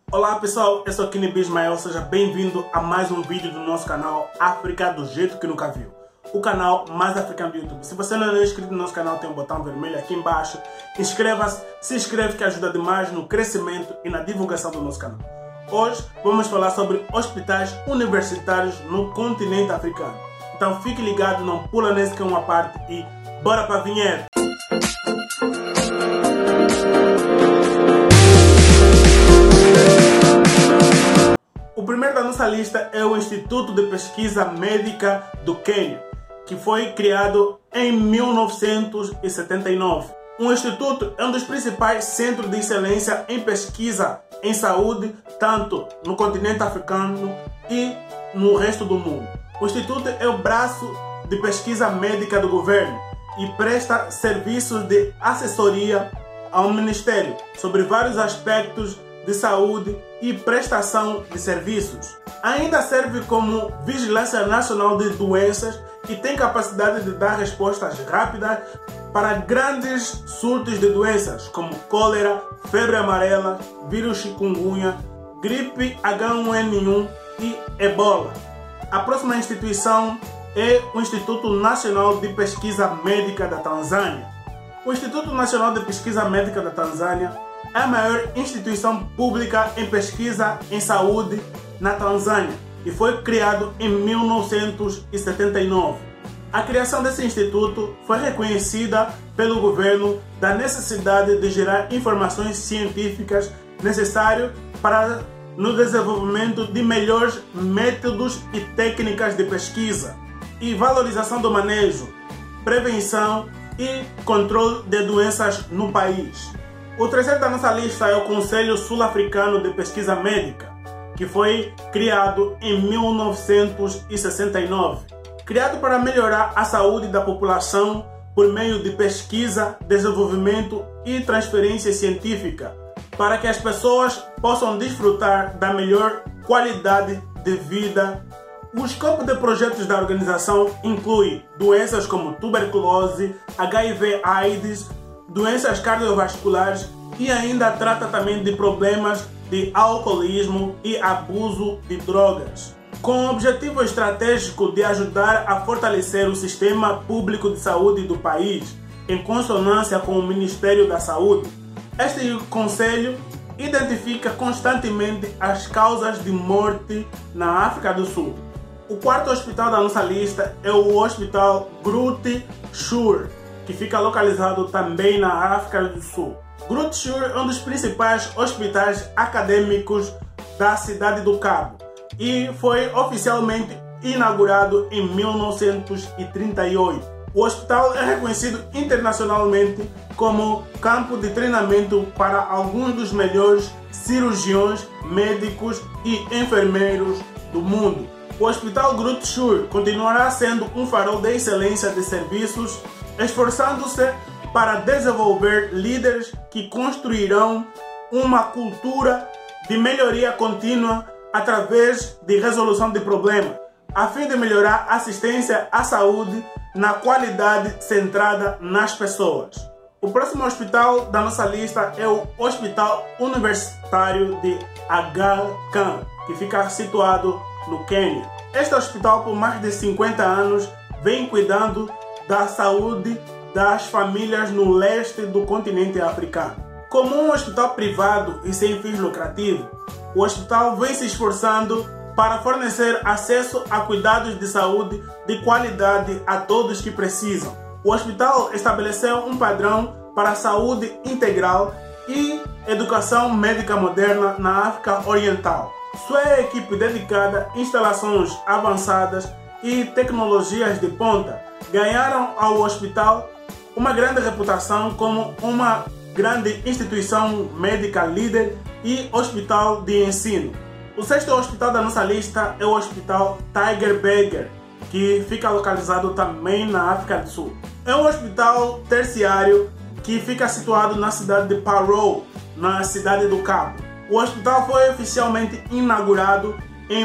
Olá pessoal, eu sou Kini Bismael, seja bem-vindo a mais um vídeo do nosso canal África do Jeito que Nunca Viu, o canal mais africano do YouTube. Se você não é inscrito no nosso canal, tem um botão vermelho aqui embaixo. Inscreva-se, se inscreve que ajuda demais no crescimento e na divulgação do nosso canal. Hoje vamos falar sobre hospitais universitários no continente africano. Então fique ligado, não pula nesse que é uma parte e bora para a vinheta! O primeiro da nossa lista é o Instituto de Pesquisa Médica do Quênia, que foi criado em 1979. O Instituto é um dos principais centros de excelência em pesquisa em saúde, tanto no continente africano e no resto do mundo. O Instituto é o braço de pesquisa médica do governo e presta serviços de assessoria ao Ministério sobre vários aspectos de saúde e prestação de serviços. Ainda serve como vigilância nacional de doenças e tem capacidade de dar respostas rápidas para grandes surtos de doenças como cólera, febre amarela, vírus chikungunya, gripe H1N1 e ebola. A próxima instituição é o Instituto Nacional de Pesquisa Médica da Tanzânia. O Instituto Nacional de Pesquisa Médica da Tanzânia é a maior instituição pública em pesquisa em saúde na Tanzânia e foi criado em 1979. A criação desse instituto foi reconhecida pelo governo da necessidade de gerar informações científicas necessárias para no desenvolvimento de melhores métodos e técnicas de pesquisa e valorização do manejo, prevenção e controle de doenças no país. O terceiro da nossa lista é o Conselho Sul-Africano de Pesquisa Médica, que foi criado em 1969. Criado para melhorar a saúde da população por meio de pesquisa, desenvolvimento e transferência científica, para que as pessoas possam desfrutar da melhor qualidade de vida. O escopo de projetos da organização inclui doenças como tuberculose, HIV/AIDS, doenças cardiovasculares e ainda trata também de problemas de alcoolismo e abuso de drogas, com o objetivo estratégico de ajudar a fortalecer o sistema público de saúde do país, em consonância com o Ministério da Saúde. Este conselho identifica constantemente as causas de morte na África do Sul. O quarto hospital da nossa lista é o Hospital Groote Schuur, que fica localizado também na África do Sul. Groote Schuur é um dos principais hospitais acadêmicos da cidade do Cabo e foi oficialmente inaugurado em 1938. O hospital é reconhecido internacionalmente como campo de treinamento para alguns dos melhores cirurgiões, médicos e enfermeiros do mundo. O Hospital Groote Schuur continuará sendo um farol de excelência de serviços, esforçando-se para desenvolver líderes que construirão uma cultura de melhoria contínua através de resolução de problemas, a fim de melhorar a assistência à saúde na qualidade centrada nas pessoas. O próximo hospital da nossa lista é o Hospital Universitário de Aga Khan, que fica situado no Quênia. Este hospital, por mais de 50 anos, vem cuidando da saúde das famílias no leste do continente africano. Como um hospital privado e sem fins lucrativos, o hospital vem se esforçando para fornecer acesso a cuidados de saúde de qualidade a todos que precisam. O hospital estabeleceu um padrão para a saúde integral e educação médica moderna na África Oriental. Sua equipe dedicada, instalações avançadas e tecnologias de ponta ganharam ao hospital uma grande reputação como uma grande instituição médica líder e hospital de ensino. O sexto hospital da nossa lista é o Hospital Tygerberg, que fica localizado também na África do Sul. É um hospital terciário que fica situado na cidade de Parow, na cidade do Cabo. O hospital foi oficialmente inaugurado em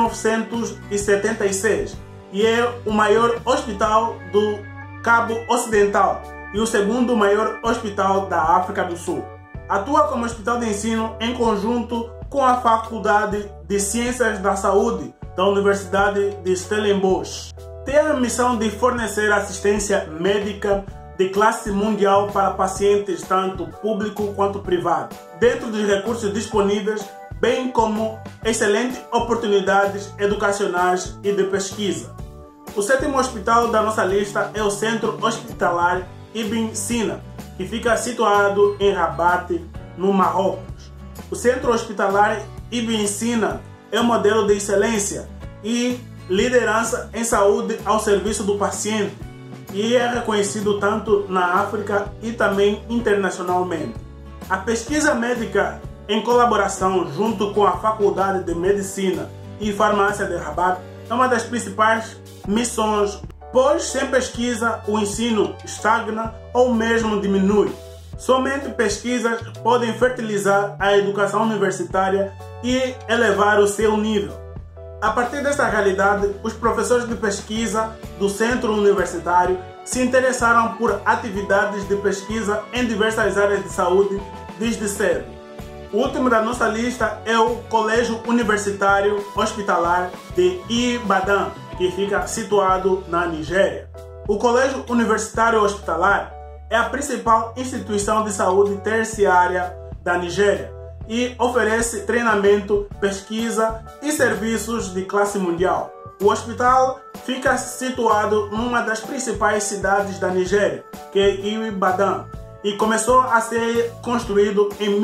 1976 e é o maior hospital do Cabo Ocidental e o segundo maior hospital da África do Sul. Atua como hospital de ensino em conjunto com a Faculdade de Ciências da Saúde da Universidade de Stellenbosch. Tem a missão de fornecer assistência médica de classe mundial para pacientes tanto público quanto privado, dentro dos recursos disponíveis, bem como excelentes oportunidades educacionais e de pesquisa. O 7º hospital da nossa lista é o Centro Hospitalar Ibn Sina, que fica situado em Rabat, no Marrocos. O Centro Hospitalar Ibn Sina é um modelo de excelência e liderança em saúde ao serviço do paciente e é reconhecido tanto na África e também internacionalmente. A pesquisa médica em colaboração junto com a Faculdade de Medicina e Farmácia de Rabat é uma das principais missões, pois sem pesquisa o ensino estagna ou mesmo diminui. Somente pesquisas podem fertilizar a educação universitária e elevar o seu nível. A partir desta realidade, os professores de pesquisa do centro universitário se interessaram por atividades de pesquisa em diversas áreas de saúde desde cedo. O último da nossa lista é o Colégio Universitário Hospitalar de Ibadan, que fica situado na Nigéria. O Colégio Universitário Hospitalar é a principal instituição de saúde terciária da Nigéria e oferece treinamento, pesquisa e serviços de classe mundial. O hospital fica situado numa das principais cidades da Nigéria, que é Ibadan, e começou a ser construído em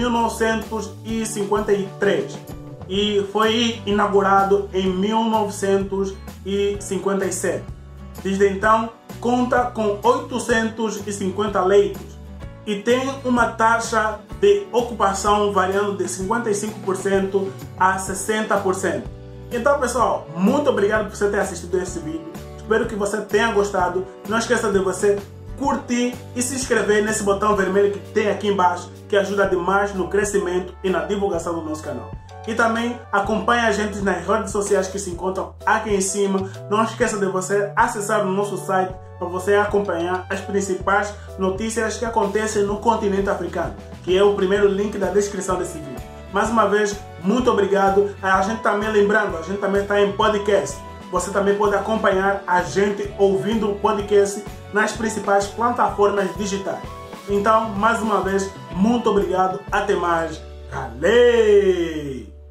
1953 e foi inaugurado em 1957. Desde então, conta com 850 leitos e tem uma taxa de ocupação variando de 55% a 60%. Então, pessoal, muito obrigado por você ter assistido esse vídeo. Espero que você tenha gostado. Não esqueça de você curtir e se inscrever nesse botão vermelho que tem aqui embaixo, que ajuda demais no crescimento e na divulgação do nosso canal. E também acompanhe a gente nas redes sociais que se encontram aqui em cima. Não esqueça de você acessar o nosso site para você acompanhar as principais notícias que acontecem no continente africano, que é o primeiro link da descrição desse vídeo. Mais uma vez, muito obrigado. A gente também lembrando, a gente também está em podcast. Você também pode acompanhar a gente ouvindo o podcast nas principais plataformas digitais. Então, mais uma vez, muito obrigado. Até mais. Valeu!